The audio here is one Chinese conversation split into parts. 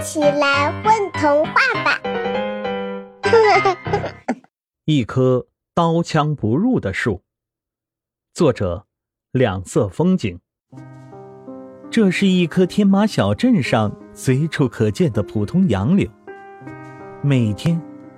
起来混童话吧。 一棵刀枪不入的树，作者两色风景。这是一棵天马小镇上随处可见的普通杨柳，每天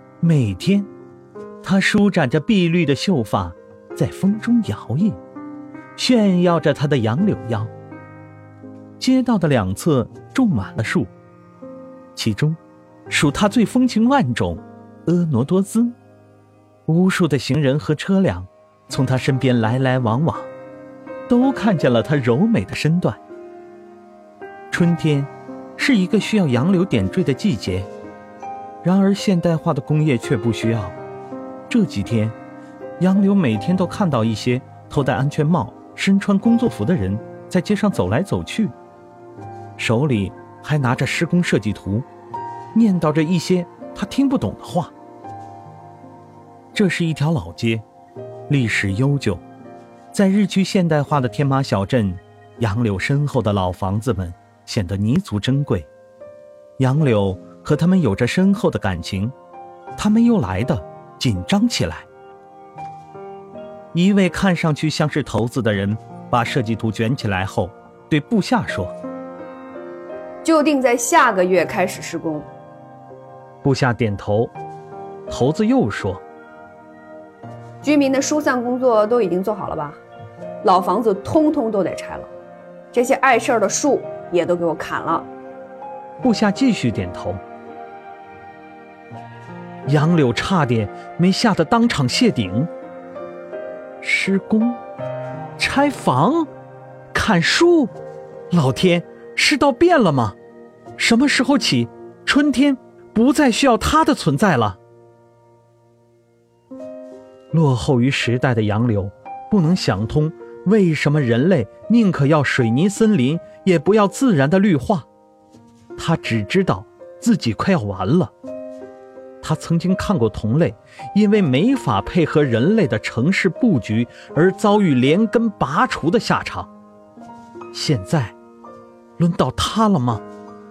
它舒展着碧绿的秀发，在风中摇曳，炫耀着它的杨柳腰。街道的两侧种满了树，其中属它最风情万种婀娜多姿，无数的行人和车辆从它身边来来往往，都看见了它柔美的身段。春天是一个需要杨柳点缀的季节，然而现代化的工业却不需要。这几天杨柳每天都看到一些头戴安全帽、身穿工作服的人在街上走来走去，手里还拿着施工设计图，念叨着一些他听不懂的话。这是一条老街，历史悠久，在日趋现代化的天马小镇，杨柳深厚的老房子们显得弥足珍贵。杨柳和他们有着深厚的感情，他们又来的紧张起来。一位看上去像是头子的人把设计图卷起来后对部下说， 就定在下个月开始施工。 部下点头，头子又说， 居民的疏散工作都已经做好了吧？老房子通通都得拆了，这些碍事儿的树也都给我砍了。 部下继续点头。杨柳差点没吓得当场谢顶。施工、拆房、砍树，老天，世道变了吗？什么时候起，春天不再需要它的存在了？落后于时代的杨柳不能想通，为什么人类宁可要水泥森林，也不要自然的绿化。他只知道自己快要完了。他曾经看过同类因为没法配合人类的城市布局而遭遇连根拔除的下场，现在轮到他了吗？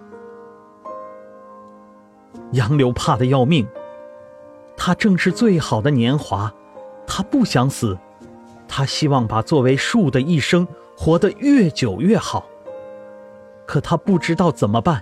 杨柳怕得要命，他正是最好的年华，他不想死，他希望把作为树的一生活得越久越好，可他不知道怎么办。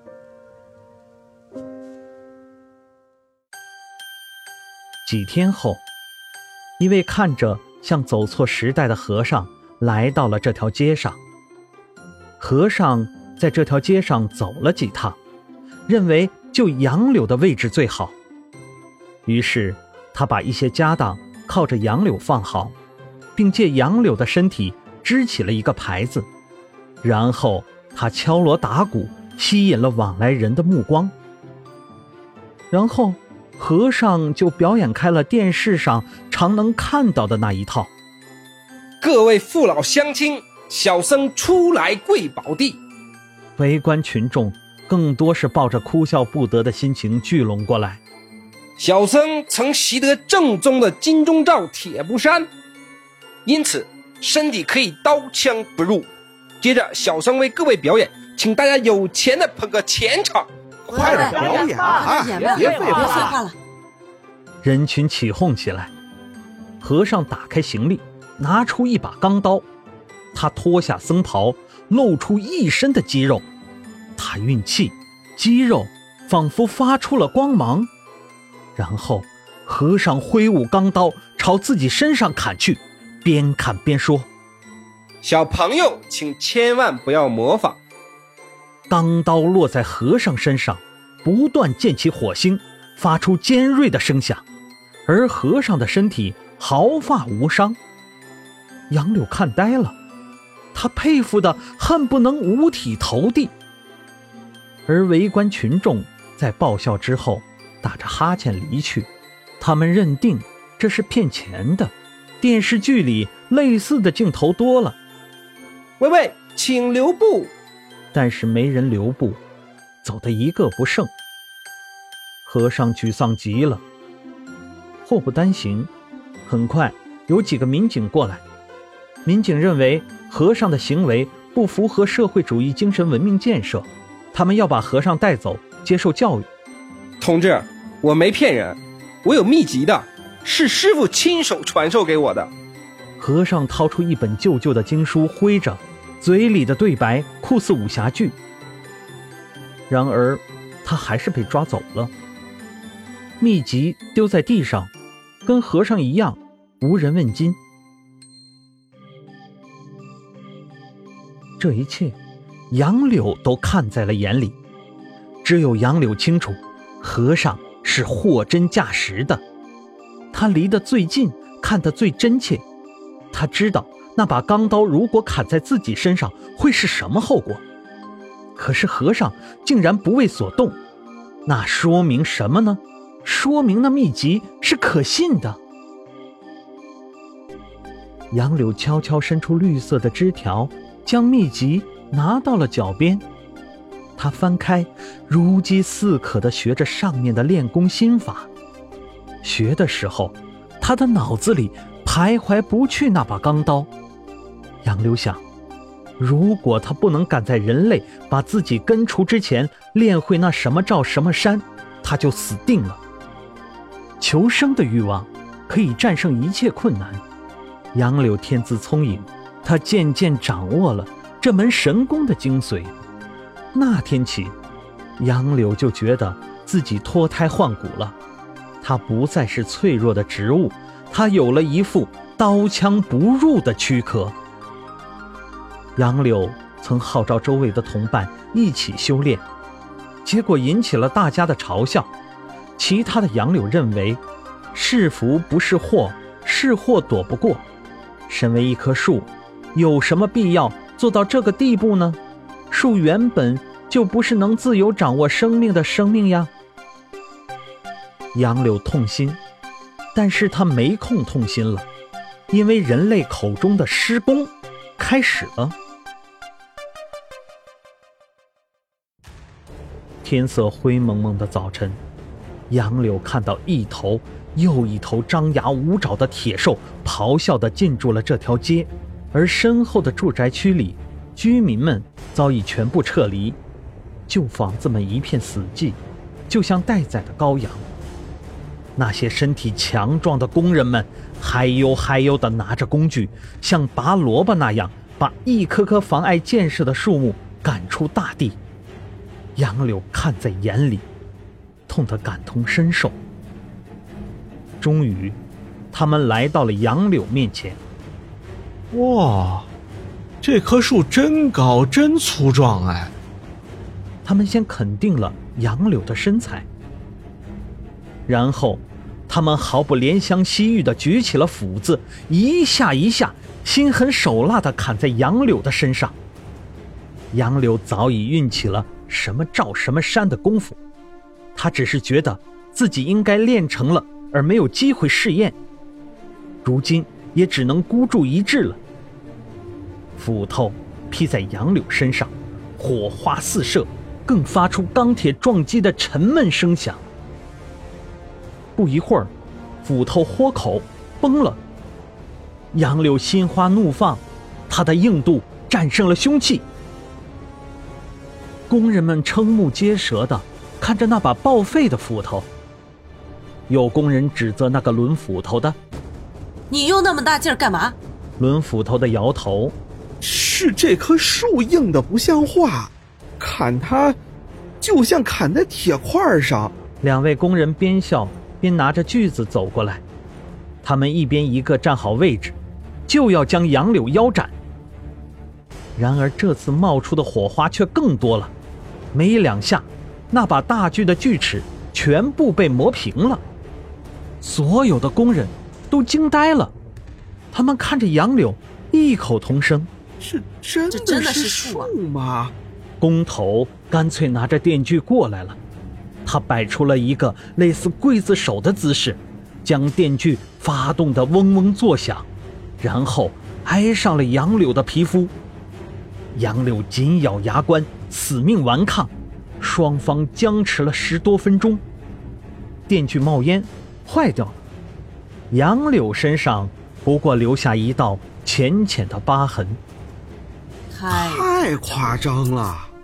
几天后，一位看着像走错时代的和尚来到了这条街上。和尚在这条街上走了几趟，认为就杨柳的位置最好，于是他把一些家当靠着杨柳放好，并借杨柳的身体支起了一个牌子，然后他敲锣打鼓，吸引了往来人的目光。然后和尚就表演开了电视上常能看到的那一套。 各位父老乡亲，小僧初来贵宝地。 围观群众更多是抱着哭笑不得的心情聚拢过来。 小僧曾习得正宗的金钟罩铁布衫，因此身体可以刀枪不入。接着小僧为各位表演，请大家有钱的捧个钱场。 快点表演啊！别废话了。 人群起哄起来。和尚打开行李，拿出一把钢刀，他脱下僧袍，露出一身的肌肉。他运气，肌肉仿佛发出了光芒。然后和尚挥舞钢刀朝自己身上砍去，边砍边说， 小朋友请千万不要模仿。 钢刀落在和尚身上，不断溅起火星，发出尖锐的声响，而和尚的身体毫发无伤。杨柳看呆了，他佩服得恨不能五体投地。而围观群众在爆笑之后打着哈欠离去，他们认定这是骗钱的。电视剧里类似的镜头多了。 喂，请留步。 但是没人留步，走得一个不剩。和尚沮丧极了。祸不单行，很快有几个民警过来。民警认为和尚的行为不符合社会主义精神文明建设， 他们要把和尚带走接受教育。 同志，我没骗人，我有秘籍的，是师父亲手传授给我的。 和尚掏出一本旧旧的经书挥着，嘴里的对白酷似武侠剧。然而他还是被抓走了，秘籍丢在地上，跟和尚一样无人问津。这一切杨柳都看在了眼里，只有杨柳清楚和尚是货真价实的，他离得最近，看得最真切。他知道那把钢刀如果砍在自己身上会是什么后果，可是和尚竟然不为所动，那说明什么呢？说明那秘籍是可信的。杨柳悄悄伸出绿色的枝条，将秘籍拿到了脚边。他翻开，如饥似渴地学着上面的练功心法。学的时候，他的脑子里徘徊不去那把钢刀。杨柳想，如果他不能赶在人类把自己根除之前练会那什么照什么山，他就死定了。求生的欲望可以战胜一切困难。杨柳天资聪颖，他渐渐掌握了这门神功的精髓。那天起，杨柳就觉得自己脱胎换骨了，他不再是脆弱的植物，他有了一副刀枪不入的躯壳。杨柳曾号召周围的同伴一起修炼，结果引起了大家的嘲笑。其他的杨柳认为，是福不是祸，是祸躲不过。身为一棵树，有什么必要做到这个地步呢？树原本就不是能自由掌握生命的生命呀。杨柳痛心，但是他没空痛心了，因为人类口中的施工开始了。天色灰蒙蒙的早晨，杨柳看到一头又一头张牙舞爪的铁兽咆哮地进驻了这条街，而身后的住宅区里，居民们早已全部撤离，旧房子们一片死寂，就像待宰的羔羊。那些身体强壮的工人们嗨呦嗨呦地拿着工具，像拔萝卜那样把一棵棵妨碍建设的树木赶出大地。杨柳看在眼里，痛得感同身受。终于，他们来到了杨柳面前。 哇，这棵树真高，真粗壮哎！ 他们先肯定了杨柳的身材，然后他们毫不怜香惜玉地举起了斧子，一下一下心狠手辣地砍在杨柳的身上。杨柳早已运起了什么照什么山的功夫，他只是觉得自己应该练成了，而没有机会试验，如今也只能孤注一掷了。斧头劈在杨柳身上，火花四射，更发出钢铁撞击的沉闷声响。不一会儿，斧头豁口崩了。杨柳心花怒放，他的硬度战胜了凶器。工人们瞠目结舌地看着那把报废的斧头，有工人指责那个抡斧头的：“ 你用那么大劲儿干嘛？” 抡斧头的摇头：“ 是这棵树硬得不像话，砍它就像砍在铁块上。” 两位工人边笑边拿着锯子走过来，他们一边一个站好位置，就要将杨柳腰斩。然而这次冒出的火花却更多了，没两下，那把大锯的锯齿全部被磨平了。所有的工人都惊呆了，他们看着杨柳，异口同声：“ 这真的是树吗？” 工头干脆拿着电锯过来了，他摆出了一个类似刽子手的姿势，将电锯发动得嗡嗡作响，然后挨上了杨柳的皮肤。杨柳紧咬牙关，死命顽抗，双方僵持了10多分钟。电锯冒烟，坏掉了。杨柳身上不过留下一道浅浅的疤痕。 太夸张了！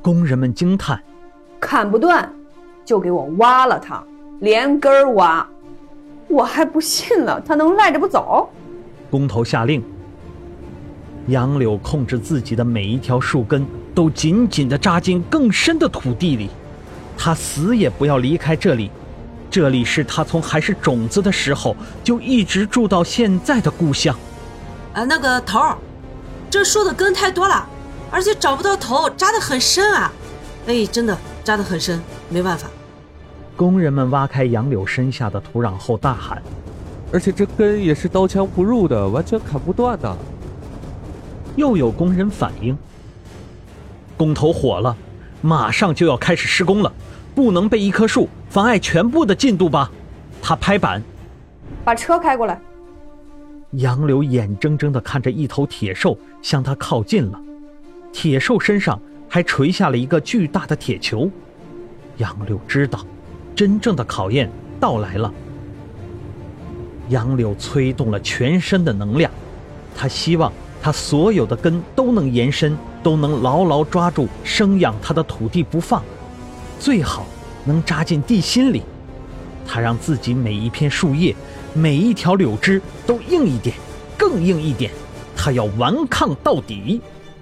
工人们惊叹： 砍不断，就给我挖了它，连根儿挖。我还不信了，他能赖着不走？ 工头下令，杨柳控制自己的每一条树根都紧紧地扎进更深的土地里，他死也不要离开这里。这里是他从还是种子的时候就一直住到现在的故乡。 那个头儿，这树的根太多了，而且找不到头，扎得很深啊！哎，真的扎得很深，没办法。 工人们挖开杨柳身下的土壤后大喊： 而且这根也是刀枪不入的，完全砍不断的。 又有工人反映，工头火了，马上就要开始施工了，不能被一棵树妨碍全部的进度吧。他拍板， 把车开过来。 杨柳眼睁睁地看着一头铁兽向他靠近了，铁兽身上还垂下了一个巨大的铁球。杨柳知道真正的考验到来了。杨柳催动了全身的能量，他希望他所有的根都能延伸，都能牢牢抓住生养他的土地不放，最好能扎进地心里。他让自己每一片树叶，每一条柳枝都硬一点，更硬一点，他要顽抗到底。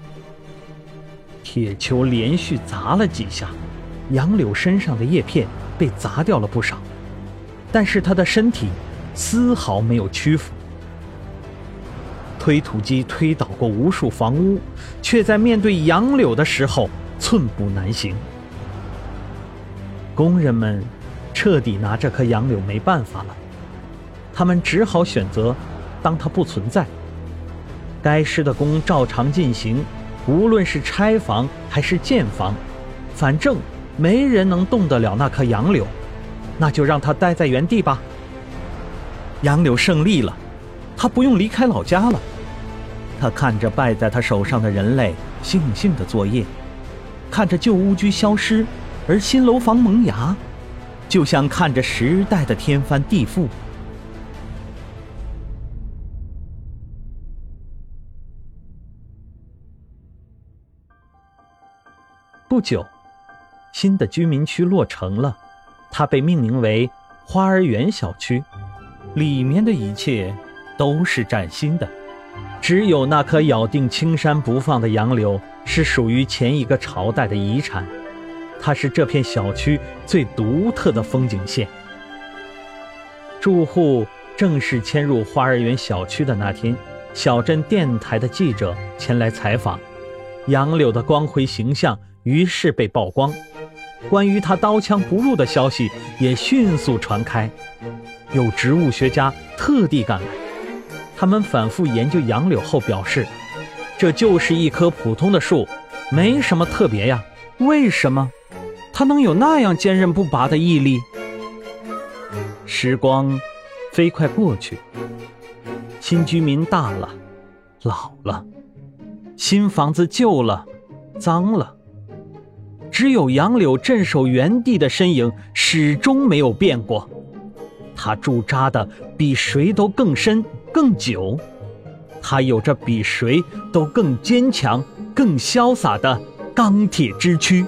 铁球连续砸了几下，杨柳身上的叶片被砸掉了不少，但是他的身体丝毫没有屈服。推土机推倒过无数房屋，却在面对杨柳的时候寸步难行。工人们彻底拿这棵杨柳没办法了，他们只好选择当它不存在。该施的工照常进行，无论是拆房还是建房，反正没人能动得了那棵杨柳，那就让它待在原地吧。杨柳胜利了，他不用离开老家了。他看着败在他手上的人类悻悻地作业，看着旧屋居消失而新楼房萌芽，就像看着时代的天翻地覆。不久，新的居民区落成了，它被命名为花儿园小区，里面的一切都是崭新的，只有那棵咬定青山不放的杨柳是属于前一个朝代的遗产，它是这片小区最独特的风景线。住户正式迁入花儿园小区的那天，小镇电台的记者前来采访，杨柳的光辉形象于是被曝光，关于它刀枪不入的消息也迅速传开。有植物学家特地赶来，他们反复研究杨柳后表示，这就是一棵普通的树，没什么特别呀，为什么它能有那样坚韧不拔的毅力？时光飞快过去，新居民大了，老了，新房子旧了，脏了，只有杨柳镇守原地的身影始终没有变过。它驻扎的比谁都更深更久，它有着比谁都更坚强更潇洒的钢铁之躯。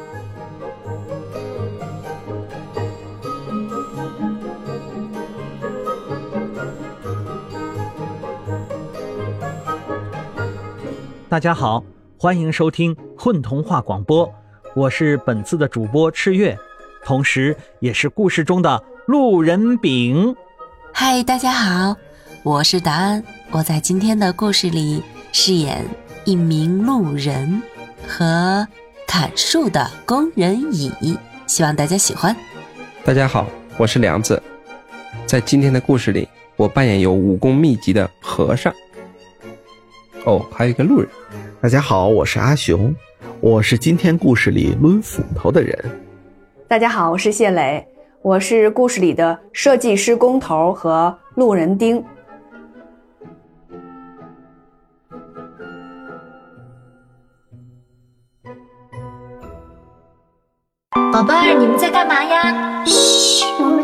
大家好，欢迎收听混童话广播，我是本次的主播赤月，同时也是故事中的路人丙。 嗨，大家好，我是达安，我在今天的故事里饰演一名路人和砍树的工人乙，希望大家喜欢。 大家好，我是梁子，在今天的故事里，我扮演有武功秘籍的和尚。哦，还有一个路人。 大家好，我是阿雄，我是今天故事里抡斧头的人。 大家好，我是谢磊，我是故事里的设计师工头和路人丁。 宝贝儿，你们在干嘛呀？嘘，我们